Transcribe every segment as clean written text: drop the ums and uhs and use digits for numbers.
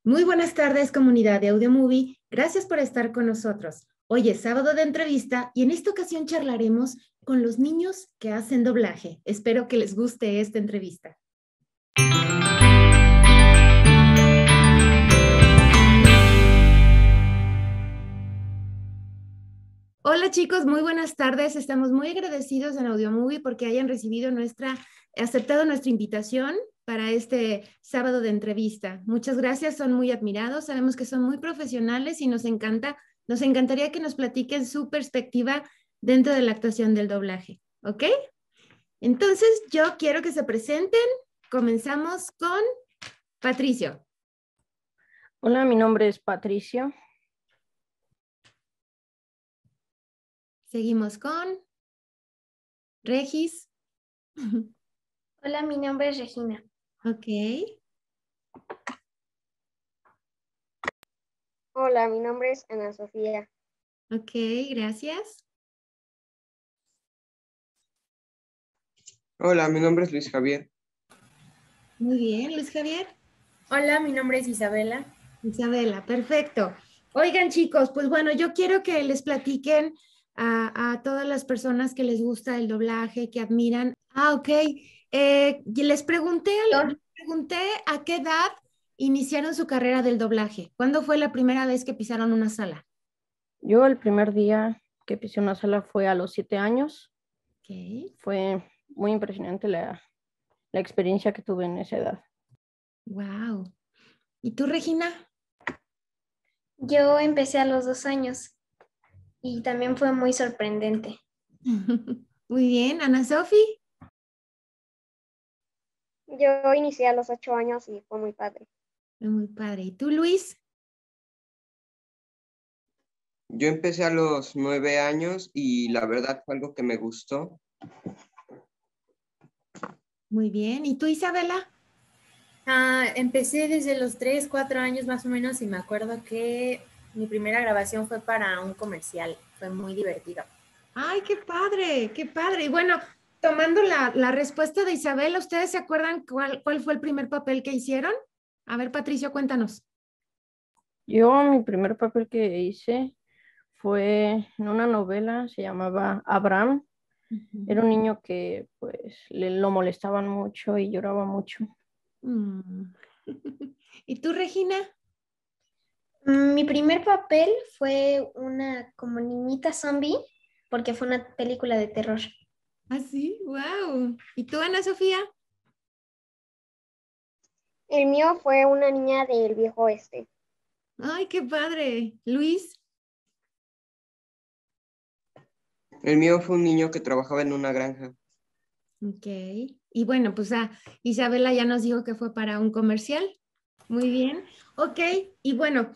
Muy buenas tardes, comunidad de Audio Movie. Gracias por estar con nosotros. Hoy es sábado de entrevista y en esta ocasión charlaremos con los niños que hacen doblaje. Espero que les guste esta entrevista. Hola chicos, muy buenas tardes. Estamos muy agradecidos en Audio Movie porque hayan aceptado nuestra invitación para este sábado de entrevista. Muchas gracias, son muy admirados, sabemos que son muy profesionales y nos encantaría que nos platiquen su perspectiva dentro de la actuación del doblaje, ¿ok? Entonces yo quiero que se presenten. Comenzamos con Patricio. Hola, mi nombre es Patricio. Seguimos con Regis. Hola, mi nombre es Regina. Ok. Hola, mi nombre es Ana Sofía. Ok, gracias. Hola, mi nombre es Luis Javier. Muy bien, Luis Javier. Hola, mi nombre es Isabela. Isabela, perfecto. Oigan, chicos, pues bueno, yo quiero que les platiquen a todas las personas que les gusta el doblaje, que admiran. Ok. Y les pregunté a qué edad iniciaron su carrera del doblaje. ¿Cuándo fue la primera vez que pisaron una sala? Yo el primer día que pisé una sala fue a los 7 años. Ok. Fue muy impresionante la experiencia que tuve en esa edad. Wow. ¿Y tú, Regina? Yo empecé a los 2 años y también fue muy sorprendente. Muy bien, Ana Sofi. Yo inicié a los 8 años y fue muy padre. Muy padre. ¿Y tú, Luis? Yo empecé a los 9 años y la verdad fue algo que me gustó. Muy bien. ¿Y tú, Isabela? Empecé desde los 3, 4 años más o menos y me acuerdo que mi primera grabación fue para un comercial. Fue muy divertido. ¡Ay, qué padre! ¡Qué padre! Y bueno, tomando la respuesta de Isabela, ¿ustedes se acuerdan cuál fue el primer papel que hicieron? A ver, Patricio, cuéntanos. Yo mi primer papel que hice fue en una novela, se llamaba Abraham. Era un niño que pues lo molestaban mucho y lloraba mucho. ¿Y tú, Regina? Mi primer papel fue una como niñita zombie porque fue una película de terror. Ah, sí, wow. ¿Y tú, Ana Sofía? El mío fue una niña del viejo oeste. ¡Ay, qué padre! Luis. El mío fue un niño que trabajaba en una granja. Ok. Y bueno, pues Isabela ya nos dijo que fue para un comercial. Muy bien. Ok. Y bueno,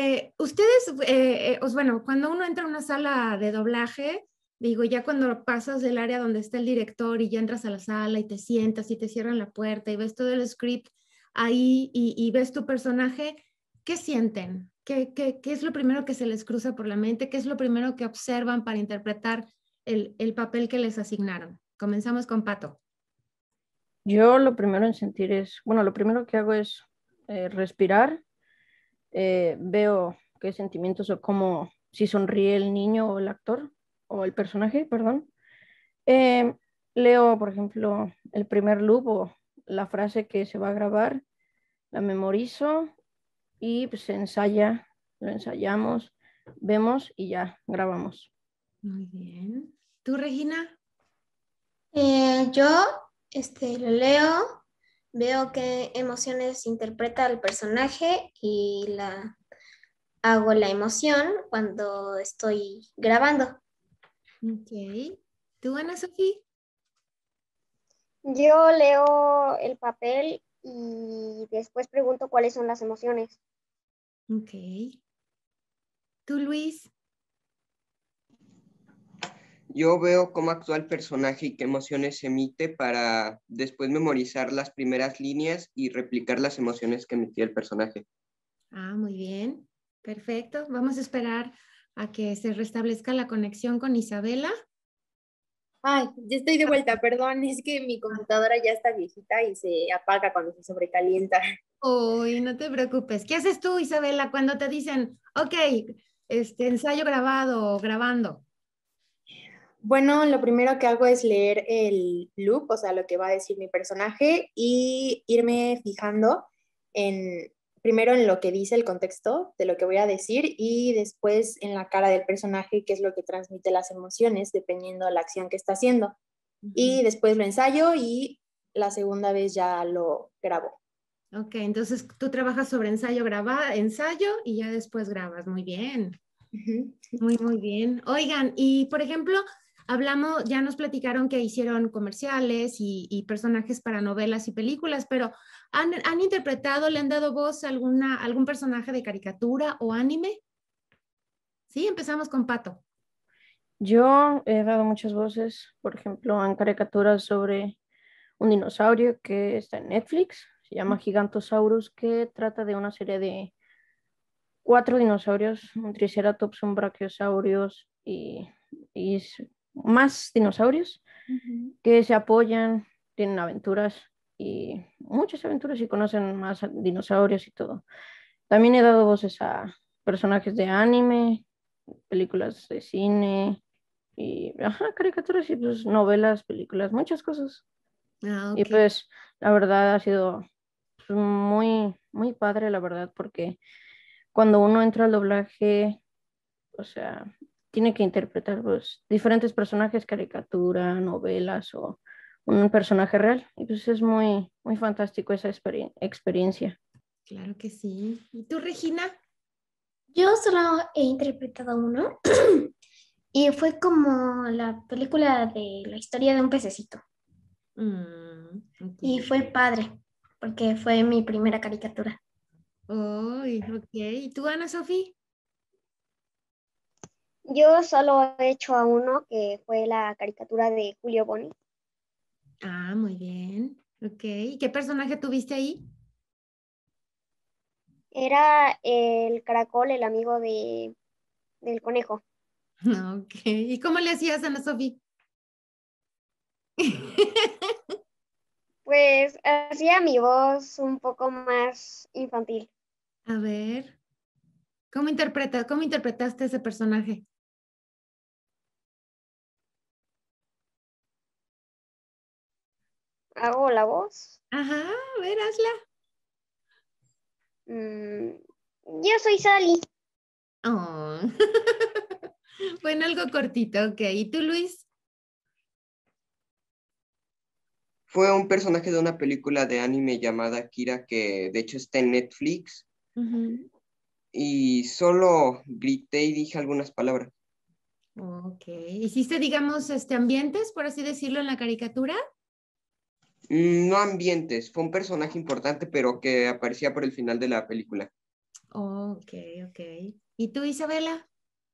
bueno, cuando uno entra a una sala de doblaje, digo, ya cuando pasas del área donde está el director y ya entras a la sala y te sientas y te cierran la puerta y ves todo el script ahí y ves tu personaje, ¿qué sienten? ¿Qué es lo primero que se les cruza por la mente? ¿Qué es lo primero que observan para interpretar el papel que les asignaron? Comenzamos con Pato. Yo lo primero en sentir es, bueno, lo primero que hago es respirar. Veo qué sentimientos o cómo, si sonríe el niño o el actor o el personaje, perdón. Eh, Leo, por ejemplo, el primer loop o la frase que se va a grabar, la memorizo y pues se ensaya, lo ensayamos, vemos y ya grabamos. Muy bien. ¿Tú, Regina? Yo lo leo, veo qué emociones interpreta el personaje y hago la emoción cuando estoy grabando. Ok. ¿Tú, Ana Sofía? Yo leo el papel y después pregunto cuáles son las emociones. Ok. ¿Tú, Luis? Yo veo cómo actúa el personaje y qué emociones emite para después memorizar las primeras líneas y replicar las emociones que emitía el personaje. Ah, muy bien. Perfecto. Vamos a esperar a que se restablezca la conexión con Isabela. Ay, ya estoy de vuelta, perdón, es que mi computadora ya está viejita y se apaga cuando se sobrecalienta. Uy, no te preocupes. ¿Qué haces tú, Isabela, cuando te dicen, ok, ensayo grabado o grabando? Bueno, lo primero que hago es leer el loop, o sea, lo que va a decir mi personaje y irme fijando en, primero en lo que dice el contexto de lo que voy a decir y después en la cara del personaje, que es lo que transmite las emociones, dependiendo de la acción que está haciendo. Ujú. Y después lo ensayo y la segunda vez ya lo grabo. Ok, entonces tú trabajas sobre ensayo, ensayo y ya después grabas. Muy bien. Ujú. Muy, muy bien. Oigan, y por ejemplo, hablamos, ya nos platicaron que hicieron comerciales y personajes para novelas y películas, pero ¿han interpretado, le han dado voz a algún personaje de caricatura o anime? Sí, empezamos con Pato. Yo he dado muchas voces, por ejemplo, en caricaturas sobre un dinosaurio que está en Netflix, se llama Gigantosaurus, que trata de una serie de 4 dinosaurios, un triceratops, un brachiosaurios y más dinosaurios Ujú. que se apoyan, tienen aventuras y muchas aventuras y conocen más dinosaurios y todo. También he dado voces a personajes de anime, películas de cine y ajá, caricaturas y pues novelas, películas, muchas cosas. Ah, Y ok. pues la verdad ha sido pues, muy, muy padre, la verdad, porque cuando uno entra al doblaje, o sea, tiene que interpretar pues diferentes personajes, caricatura, novelas o un personaje real. Y pues es muy, muy fantástico esa experiencia. Claro que sí. ¿Y tú, Regina? Yo solo he interpretado uno y fue como la película de la historia de un pececito. Ok. Y fue padre, porque fue mi primera caricatura. Uy, ok. ¿Y tú, Ana Sofía? Yo solo he hecho a uno que fue la caricatura de Julio Boni. Ah, muy bien. Ok. ¿Y qué personaje tuviste ahí? Era el caracol, el amigo del conejo. Ok. ¿Y cómo le hacías, Ana Sofía? Pues hacía mi voz un poco más infantil. A ver, cómo interpretaste ese personaje? Hago la voz. Ajá, a ver, hazla. Mm, yo soy Sally. Oh. Bueno, algo cortito, ok. ¿Y tú, Luis? Fue un personaje de una película de anime llamada Kira que de hecho está en Netflix Ujú. y solo grité y dije algunas palabras. Ok. ¿Hiciste, digamos, ambientes, por así decirlo, en la caricatura? No ambientes, fue un personaje importante pero que aparecía por el final de la película. Ok, ok. ¿Y tú, Isabela?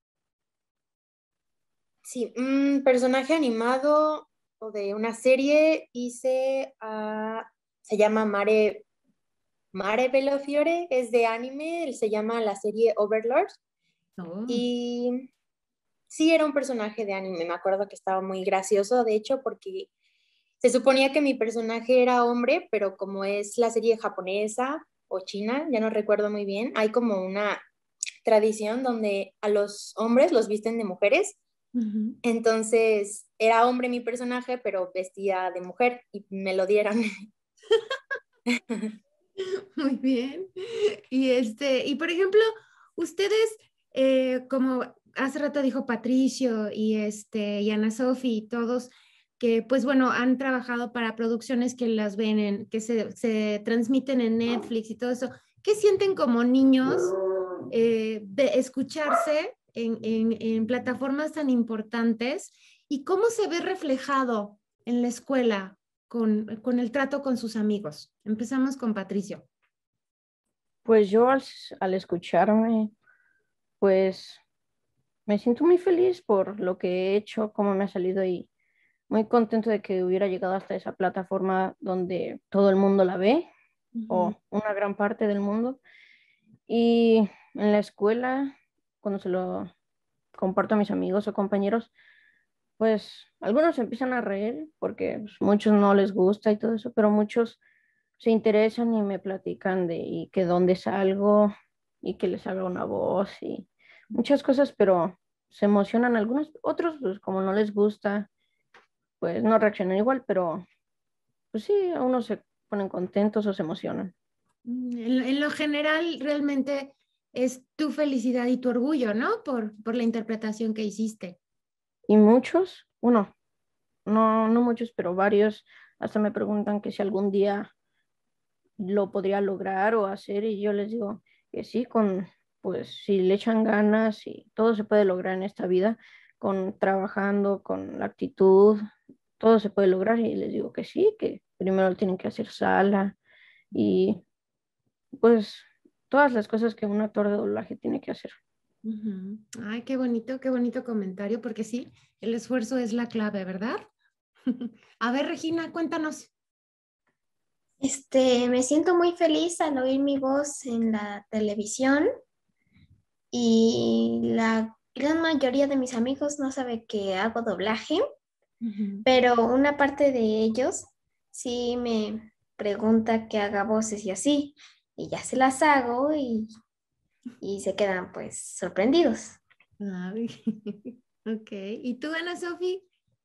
Sí, un personaje animado o de una serie hice se llama Mare Bellafiore, es de anime, se llama la serie Overlord Oh. y sí era un personaje de anime, me acuerdo que estaba muy gracioso, de hecho, porque se suponía que mi personaje era hombre, pero como es la serie japonesa o china, ya no recuerdo muy bien, hay como una tradición donde a los hombres los visten de mujeres. Ujú. Entonces era hombre mi personaje, pero vestía de mujer y me lo dieron. Muy bien. Y por ejemplo, ustedes, como hace rato dijo Patricio y Ana Sofi y todos, que pues bueno, han trabajado para producciones que las ven que se transmiten en Netflix y todo eso. ¿Qué sienten como niños de escucharse en plataformas tan importantes y cómo se ve reflejado en la escuela con el trato con sus amigos? Empezamos con Patricio. Pues yo al escucharme, pues me siento muy feliz por lo que he hecho, cómo me ha salido y muy contento de que hubiera llegado hasta esa plataforma donde todo el mundo la ve Ujú. o una gran parte del mundo. Y en la escuela, cuando se lo comparto a mis amigos o compañeros, pues algunos se empiezan a reír porque pues, muchos no les gusta y todo eso, pero muchos se interesan y me platican de y que dónde salgo y que les haga una voz y muchas cosas, pero se emocionan algunos, otros pues como no les gusta, pues no reaccionan igual, pero pues sí, a unos se ponen contentos o se emocionan. En lo general, realmente es tu felicidad y tu orgullo, ¿no? Por la interpretación que hiciste. Y muchos, bueno, no muchos, pero varios, hasta me preguntan que si algún día lo podría lograr o hacer y yo les digo que sí, pues si le echan ganas y todo se puede lograr en esta vida, con trabajando, con la actitud, todo se puede lograr y les digo que sí, que primero tienen que hacer sala y pues todas las cosas que un actor de doblaje tiene que hacer. Ujú. Ay, qué bonito comentario, porque sí, el esfuerzo es la clave, ¿verdad? A ver, Regina, cuéntanos. Me siento muy feliz al oír mi voz en la televisión y la gran mayoría de mis amigos no sabe que hago doblaje, Ujú. pero una parte de ellos sí me pregunta que haga voces y así, y ya se las hago y se quedan pues sorprendidos. Ay, ok. ¿Y tú, Ana Sofi?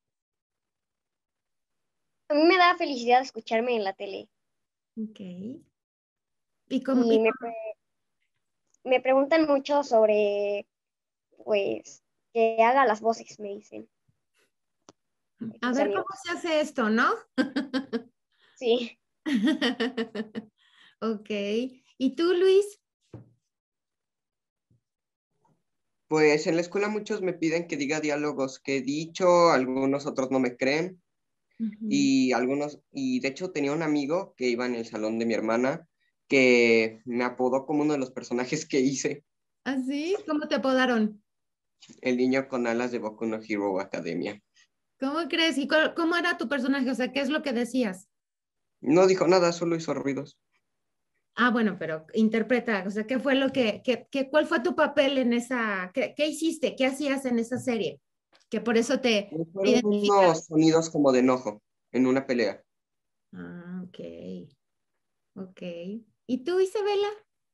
A mí me da felicidad escucharme en la tele Ok. ¿Y cómo, y me preguntan mucho sobre, pues, que haga las voces, me dicen a mis ver cómo amigos. se hace esto, ¿no? Sí, Ok. ¿Y tú, Luis? Pues en la escuela muchos me piden que diga diálogos que he dicho, algunos otros no me creen Ujú. y algunos, y de hecho tenía un amigo que iba en el salón de mi hermana que me apodó como uno de los personajes que hice, ¿Ah, sí? ¿Cómo te apodaron? el niño con alas de Boku no Hero Academia. ¿Cómo crees? ¿Y cómo era tu personaje? O sea, ¿qué es lo que decías? No dijo nada, solo hizo ruidos. Ah, bueno, pero interpreta, o sea, ¿qué fue lo cuál fue tu papel en esa, qué hiciste, qué hacías en esa serie? Que por eso te Fueron identificaron. unos sonidos como de enojo en una pelea. Ah, ok, ok. ¿Y tú, Isabela?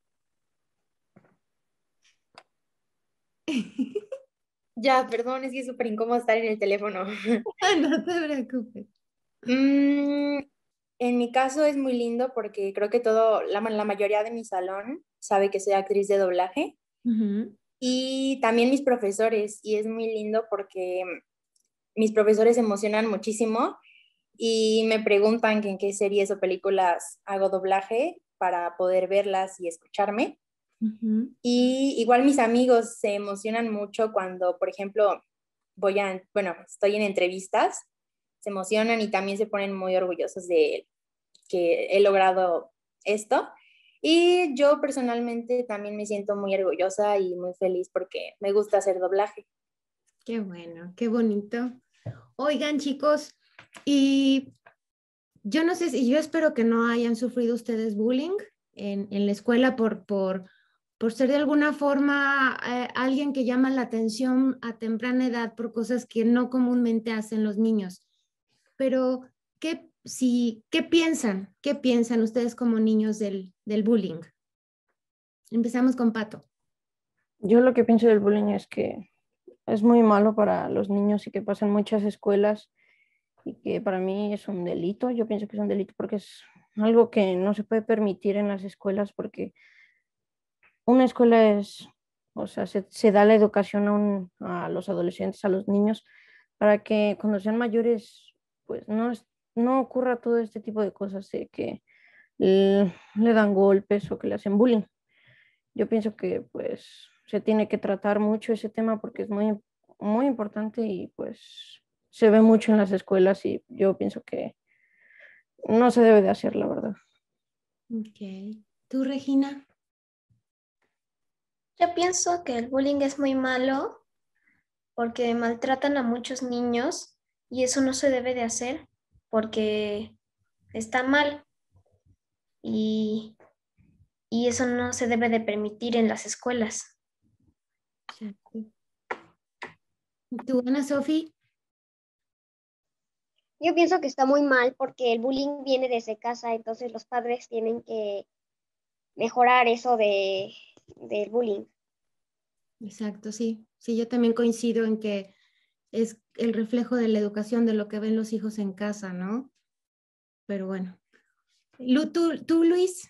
Ya, perdón, es que es súper incómodo estar en el teléfono. No te preocupes. Mm, en mi caso es muy lindo porque creo que la mayoría de mi salón sabe que soy actriz de doblaje Ujú. y también mis profesores y es muy lindo porque mis profesores se emocionan muchísimo y me preguntan que en qué series o películas hago doblaje para poder verlas y escucharme. Ujú. Y igual mis amigos se emocionan mucho cuando, por ejemplo, bueno, estoy en entrevistas, se emocionan y también se ponen muy orgullosos de que he logrado esto. Y yo personalmente también me siento muy orgullosa y muy feliz porque me gusta hacer doblaje. Qué bueno, qué bonito. Oigan, chicos, y yo no sé si, yo espero que no hayan sufrido ustedes bullying en la escuela por ser de alguna forma alguien que llama la atención a temprana edad por cosas que no comúnmente hacen los niños. Pero, ¿qué piensan? ¿Qué piensan ustedes como niños del bullying? Empezamos con Pato. Yo lo que pienso del bullying es que es muy malo para los niños y que pasa en muchas escuelas y que para mí es un delito. Yo pienso que es un delito porque es algo que no se puede permitir en las escuelas porque una escuela es, o sea, se da la educación a los adolescentes, a los niños, para que cuando sean mayores, pues no ocurra todo este tipo de cosas de que le dan golpes o que le hacen bullying. Yo pienso que pues se tiene que tratar mucho ese tema porque es muy importante y pues se ve mucho en las escuelas y yo pienso que no se debe de hacer, la verdad. Ok. ¿Tú, Regina? Yo pienso que el bullying es muy malo porque maltratan a muchos niños y eso no se debe de hacer porque está mal y, y eso no se debe de permitir en las escuelas. ¿Tú, Ana Sofi? Yo pienso que está muy mal porque el bullying viene desde casa, entonces los padres tienen que mejorar eso del bullying. Exacto, sí. Sí, yo también coincido en que es el reflejo de la educación, de lo que ven los hijos en casa, ¿no? Pero bueno. ¿Tú, Luis?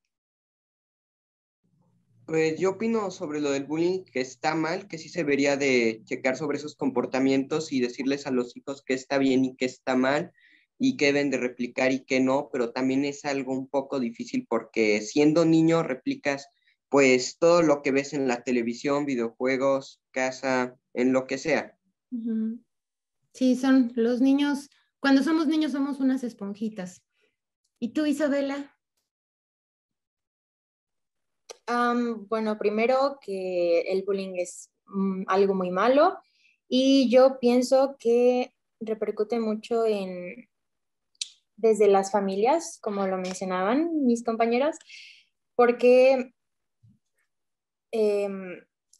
Pues yo opino sobre lo del bullying que está mal, que sí se debería de checar sobre esos comportamientos y decirles a los hijos qué está bien y qué está mal y qué deben de replicar y qué no, pero también es algo un poco difícil porque siendo niño replicas pues todo lo que ves en la televisión, videojuegos, casa, en lo que sea. Ujú. Sí, son los niños, cuando somos niños somos unas esponjitas. ¿Y tú, Isabela? Bueno, primero que el bullying es algo muy malo y yo pienso que repercute mucho desde las familias, como lo mencionaban mis compañeras, porque em,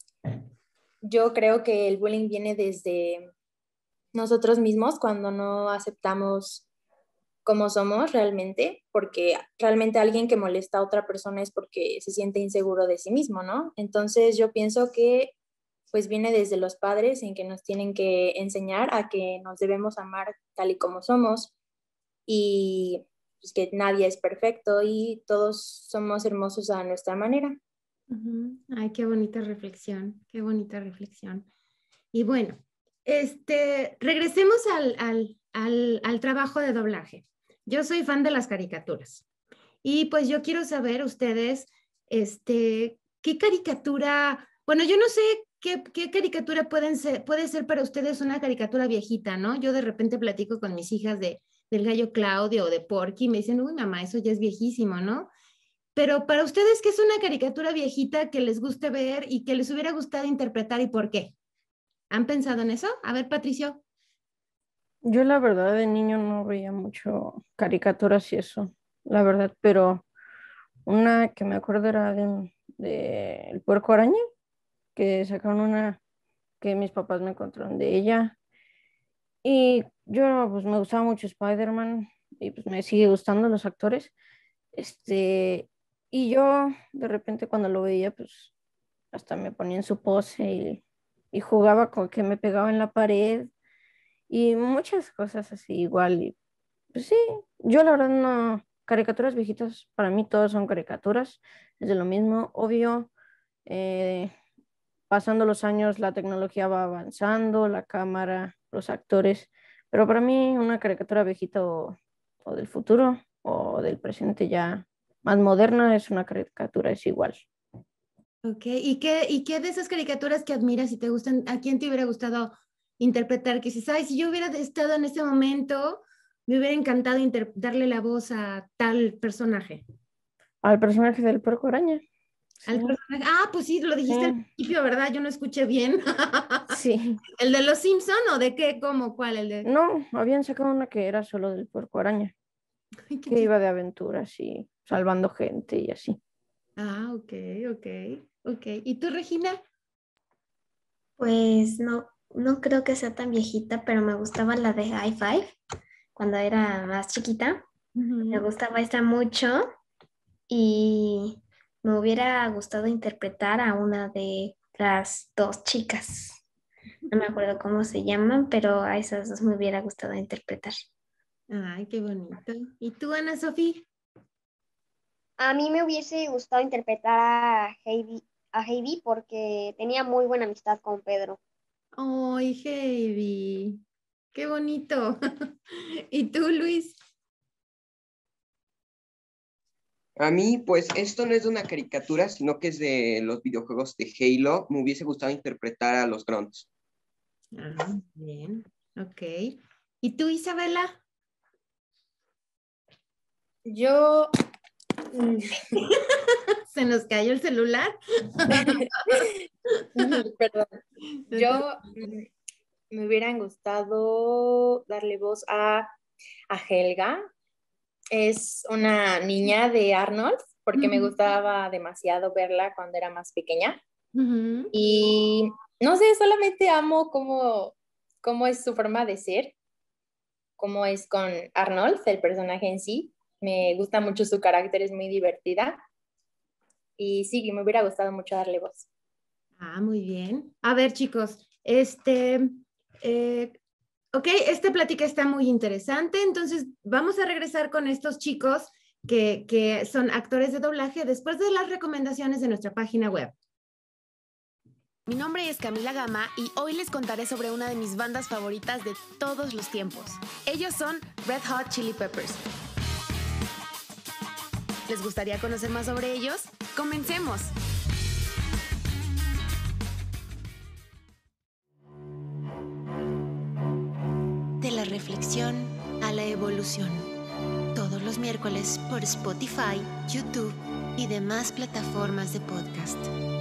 yo creo que el bullying viene desde nosotros mismos cuando no aceptamos cómo somos realmente, porque realmente alguien que molesta a otra persona es porque se siente inseguro de sí mismo, ¿no? Entonces yo pienso que pues viene desde los padres en que nos tienen que enseñar a que nos debemos amar tal y como somos y pues, que nadie es perfecto y todos somos hermosos a nuestra manera. Ujú. Ay, qué bonita reflexión, qué bonita reflexión. Y bueno, regresemos al trabajo de doblaje. Yo soy fan de las caricaturas y pues yo quiero saber ustedes, qué caricatura, bueno, yo no sé qué caricatura puede ser para ustedes una caricatura viejita, ¿no? Yo de repente platico con mis hijas del Gallo Claudio o de Porky y me dicen, uy, mamá, eso ya es viejísimo, ¿no? Pero para ustedes, ¿qué es una caricatura viejita que les guste ver y que les hubiera gustado interpretar y por qué? ¿Han pensado en eso? A ver, Patricio. Yo la verdad de niño no veía mucho caricaturas y eso, la verdad, pero una que me acuerdo era de El Puerco Araña, que sacaron una que mis papás me contaron de ella. Y yo pues me gustaba mucho Spider-Man y pues me sigue gustando los actores. Este, y yo de repente cuando lo veía pues hasta me ponía en su pose y jugaba con que me pegaba en la pared y muchas cosas así igual. Y pues sí, yo la verdad no, caricaturas viejitas, para mí todas son caricaturas, es de lo mismo, obvio. eh, Pasando los años la tecnología va avanzando, la cámara, los actores, pero para mí una caricatura viejita o del futuro o del presente ya más moderna es una caricatura, es igual. Ok, ¿y qué de esas caricaturas que admiras y te gustan, a quién te hubiera gustado interpretar? Que si sabes, si yo hubiera estado en ese momento, me hubiera encantado darle la voz a tal personaje. Al personaje del Puerco Araña, Al sí, personaje, pues sí, lo dijiste al sí, principio, ¿verdad? Yo no escuché bien. sí. ¿El de los Simpson o de qué? ¿Cómo? ¿Cuál? El de... No, habían sacado una que era solo del Puerco Araña, Ay, qué que chiste. iba de aventuras y salvando gente y así. Ok, ok, ok. ¿Y tú, Regina? Pues no, no creo que sea tan viejita, pero me gustaba la de High Five cuando era más chiquita. Me Ujú. gustaba esta mucho y me hubiera gustado interpretar a una de las dos chicas. No me acuerdo cómo se llaman, pero a esas dos me hubiera gustado interpretar. Ay, qué bonito. ¿Y tú, Ana Sofía? A mí me hubiese gustado interpretar a Heidi porque tenía muy buena amistad con Pedro. Ay, Heidi, qué bonito. ¿Y tú, Luis? A mí, pues esto no es de una caricatura, sino que es de los videojuegos de Halo. Me hubiese gustado interpretar a los Grunts. Bien, ok. ¿Y tú, Isabela? Yo, mm, ¿Se nos cayó el celular? perdón, No te- yo me hubieran gustado darle voz a Helga. Es una niña de Arnold, porque me Ujú, gustaba demasiado verla cuando era más pequeña. ujú. Y no sé, solamente amo cómo es su forma de ser. cómo es con Arnold, el personaje en sí. Me gusta mucho su carácter, es muy divertida. Y sí, me hubiera gustado mucho darle voz. Ah, muy bien. A ver, chicos, ok, esta plática está muy interesante, entonces vamos a regresar con estos chicos que son actores de doblaje después de las recomendaciones de nuestra página web. Mi nombre es Camila Gama y hoy les contaré sobre una de mis bandas favoritas de todos los tiempos. Ellos son Red Hot Chili Peppers. ¿Les gustaría conocer más sobre ellos? ¡Comencemos! De la reflexión a la evolución. Todos los miércoles por Spotify, YouTube y demás plataformas de podcast.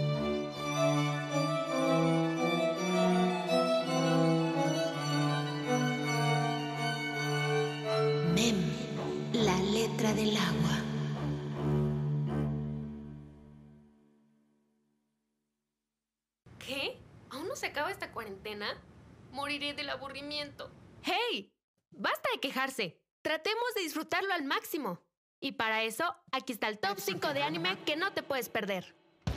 Mem, la letra del agua. ¿Qué? ¿Aún no se acaba esta cuarentena? Moriré del aburrimiento. ¡Hey! ¡Basta de quejarse! Tratemos de disfrutarlo al máximo. Y para eso, aquí está el top 5 de anime que no te puedes perder.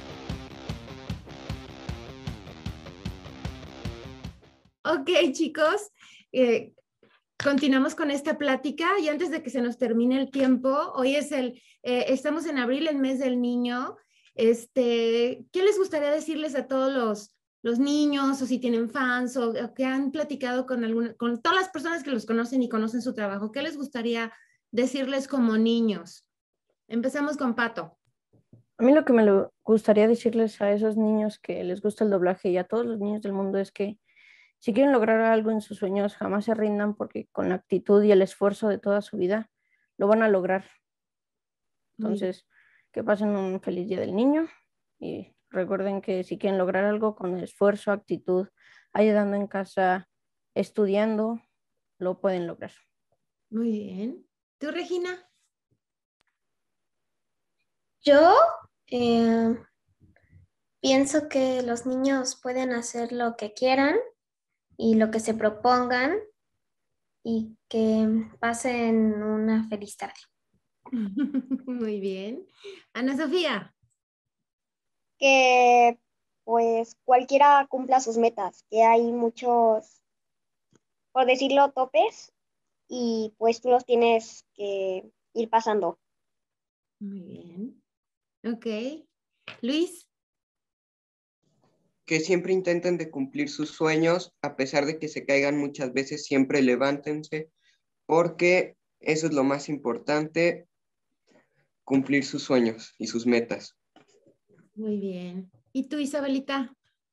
Ok, chicos, continuamos con esta plática y antes de que se nos termine el tiempo, hoy es estamos en abril, el mes del niño. ¿Qué les gustaría decirles a todos los niños o si tienen fans o que han platicado con todas las personas que los conocen y conocen su trabajo? ¿Qué les gustaría decirles como niños? Empezamos con Pato. A mí lo que gustaría decirles a esos niños que les gusta el doblaje y a todos los niños del mundo es que si quieren lograr algo en sus sueños, jamás se rindan porque con la actitud y el esfuerzo de toda su vida lo van a lograr. Entonces, que pasen un feliz Día del Niño y recuerden que si quieren lograr algo con esfuerzo, actitud, ayudando en casa, estudiando, lo pueden lograr. Muy bien. ¿Tú, Regina? Yo pienso que los niños pueden hacer lo que quieran y lo que se propongan y que pasen una feliz tarde. Muy bien. Ana Sofía. Que pues cualquiera cumpla sus metas, que hay muchos, por decirlo, topes y pues tú los tienes que ir pasando. Muy bien. Ok. Luis. Que siempre intenten de cumplir sus sueños, a pesar de que se caigan muchas veces, siempre levántense, porque eso es lo más importante, cumplir sus sueños y sus metas. Muy bien. ¿Y tú, Isabelita?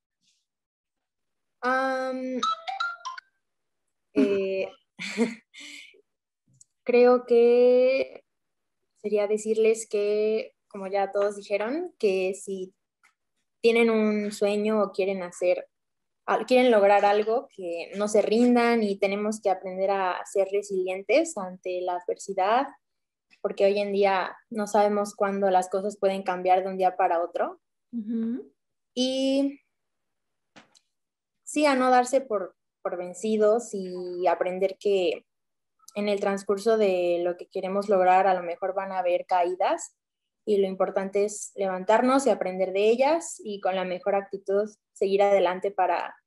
Creo que sería decirles que, como ya todos dijeron, que si tienen un sueño o quieren lograr algo, que no se rindan y tenemos que aprender a ser resilientes ante la adversidad, porque hoy en día no sabemos cuándo las cosas pueden cambiar de un día para otro. Uh-huh. Y sí, a no darse por vencidos y aprender que en el transcurso de lo que queremos lograr a lo mejor van a haber caídas y lo importante es levantarnos y aprender de ellas y con la mejor actitud seguir adelante para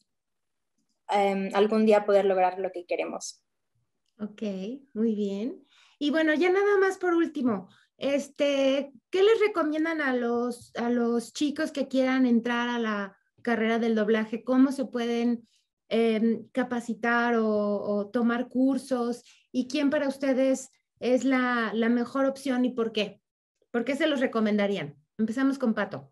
algún día poder lograr lo que queremos. Ok, muy bien. Y bueno, ya nada más por último, ¿qué les recomiendan a los chicos que quieran entrar a la carrera del doblaje? ¿Cómo se pueden capacitar o tomar cursos? ¿Y quién para ustedes es la mejor opción y por qué? ¿Por qué se los recomendarían? Empezamos con Pato.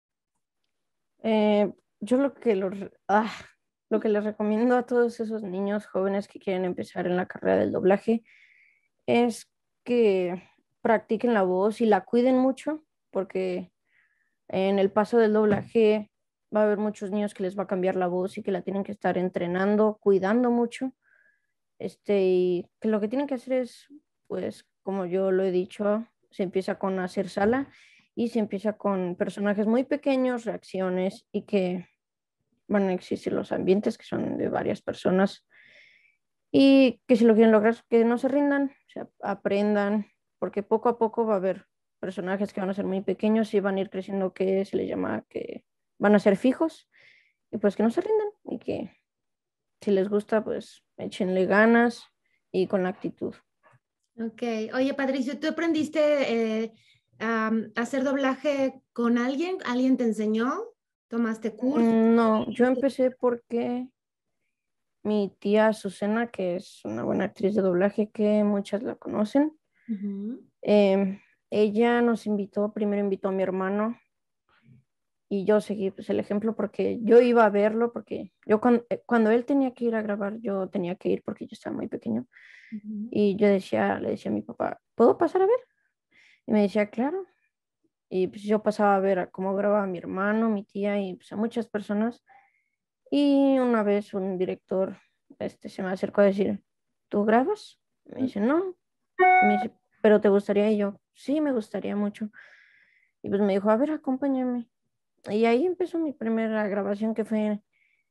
Yo lo que les recomiendo a todos esos niños jóvenes que quieren empezar en la carrera del doblaje es que practiquen la voz y la cuiden mucho, porque en el paso del doblaje va a haber muchos niños que les va a cambiar la voz y que la tienen que estar entrenando, cuidando mucho. Y que lo que tienen que hacer es, pues, como yo lo he dicho, se empieza con hacer sala y se empieza con personajes muy pequeños, reacciones y que van a existir los ambientes que son de varias personas y que si lo quieren lograr, que no se rindan, o sea, aprendan, porque poco a poco va a haber personajes que van a ser muy pequeños y van a ir creciendo, que se les llama que van a ser fijos, y pues que no se rindan y que si les gusta, pues échenle ganas y con actitud. Ok. Oye, Patricio, ¿tú aprendiste a hacer doblaje con alguien? ¿Alguien te enseñó? ¿Tomaste curso? No, yo empecé porque mi tía Azucena, que es una buena actriz de doblaje que muchas la conocen, Ujú. ella nos invitó, primero invitó a mi hermano y yo seguí pues, el ejemplo porque yo iba a verlo, porque yo cuando él tenía que ir a grabar, yo tenía que ir porque yo estaba muy pequeño. Ujú. Y yo le decía a mi papá, ¿puedo pasar a ver? Y me decía, claro. Y pues yo pasaba a ver a cómo grababa mi hermano, mi tía y pues, a muchas personas. Y una vez un director se me acercó a decir, ¿tú grabas? Me dice, no. Me dice, ¿pero te gustaría? Y yo, sí, me gustaría mucho. Y pues me dijo, a ver, acompáñame. Y ahí empezó mi primera grabación, que fue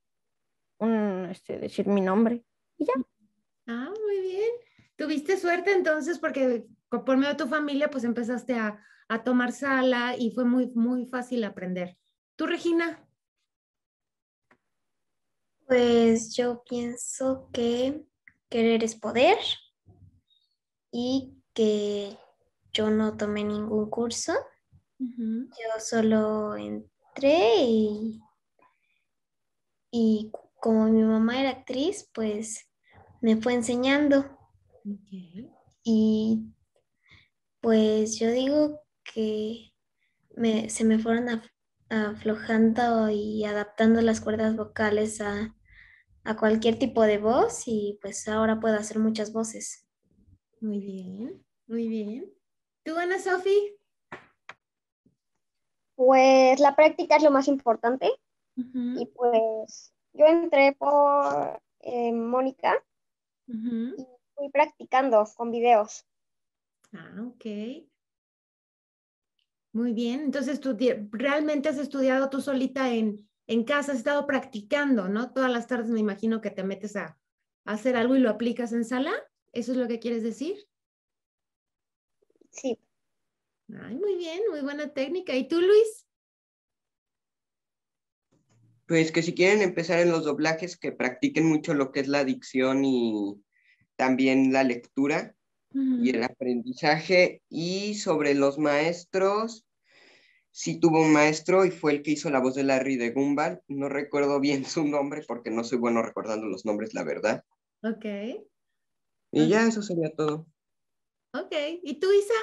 decir mi nombre. Y ya. Ah, muy bien. Tuviste suerte entonces porque por medio de tu familia pues empezaste a tomar sala y fue muy, muy fácil aprender. ¿Tú, Regina? Pues yo pienso que querer es poder y que yo no tomé ningún curso. Ujú. Yo solo entré y como mi mamá era actriz, pues me fue enseñando Ok. y pues yo digo que se me fueron aflojando y adaptando las cuerdas vocales a cualquier tipo de voz y pues ahora puedo hacer muchas voces. Muy bien, muy bien. ¿Tú, Ana Sofi? Pues la práctica es lo más importante y Ujú, pues yo entré por Mónica ujú. y fui practicando con videos. Ah, ok. Muy bien. Entonces, tú realmente has estudiado tú solita en casa, has estado practicando, ¿no? Todas las tardes me imagino que te metes a hacer algo y lo aplicas en sala. ¿Eso es lo que quieres decir? Sí, Ay, muy bien, muy buena técnica. ¿Y tú, Luis? Pues que si quieren empezar en los doblajes, que practiquen mucho lo que es la dicción y también la lectura y Ujú. el aprendizaje. Y sobre los maestros, sí tuvo un maestro y fue el que hizo la voz de Larry de Gumball. No recuerdo bien su nombre porque no soy bueno recordando los nombres, la verdad. Ok, Y ok, ya eso sería todo. ok. ¿Y tú, Isa?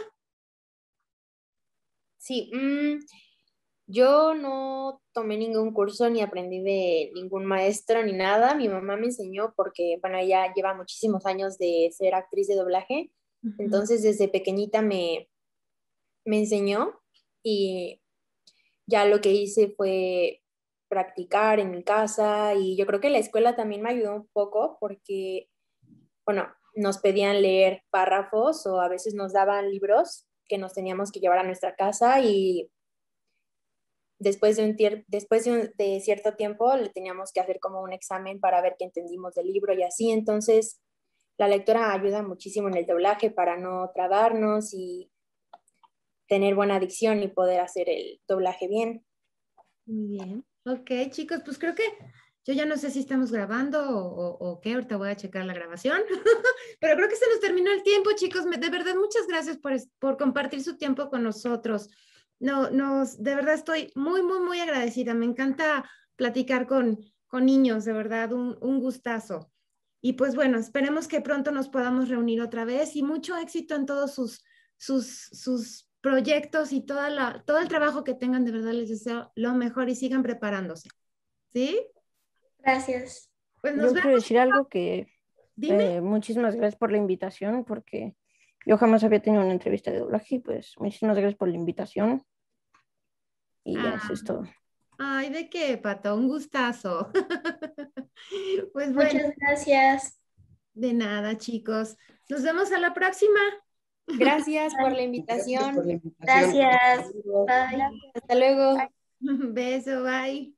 Sí, yo no tomé ningún curso ni aprendí de ningún maestro ni nada. Mi mamá me enseñó porque, bueno, ella lleva muchísimos años de ser actriz de doblaje. Ujú. Entonces, desde pequeñita me enseñó y ya lo que hice fue practicar en mi casa y yo creo que la escuela también me ayudó un poco porque, bueno, nos pedían leer párrafos o a veces nos daban libros que nos teníamos que llevar a nuestra casa y después de cierto tiempo le teníamos que hacer como un examen para ver qué entendimos del libro y así. Entonces, la lectura ayuda muchísimo en el doblaje para no trabarnos y tener buena dicción y poder hacer el doblaje bien. Muy bien. Ok, chicos, pues creo que yo ya no sé si estamos grabando o qué, ahorita voy a checar la grabación, pero creo que se nos terminó el tiempo, chicos. De verdad, muchas gracias por compartir su tiempo con nosotros. No, de verdad estoy muy, muy, muy agradecida. Me encanta platicar con niños, de verdad, un gustazo. Y pues bueno, esperemos que pronto nos podamos reunir otra vez y mucho éxito en todos sus proyectos y todo el trabajo que tengan. De verdad les deseo lo mejor y sigan preparándose. ¿Sí? Gracias. Pues nos Yo quiero vemos. decir algo que Dime. muchísimas gracias por la invitación, porque yo jamás había tenido una entrevista de doblaje, y pues muchísimas gracias por la invitación y ya eso Ah, es todo. ay, ¿de qué, Pato? Un gustazo. Pues bueno, Muchas gracias. de nada, chicos. Nos vemos a la próxima. Gracias por la Gracias por invitación. la invitación. Hasta Gracias. luego. Bye. gracias. Hasta luego. Beso, bye.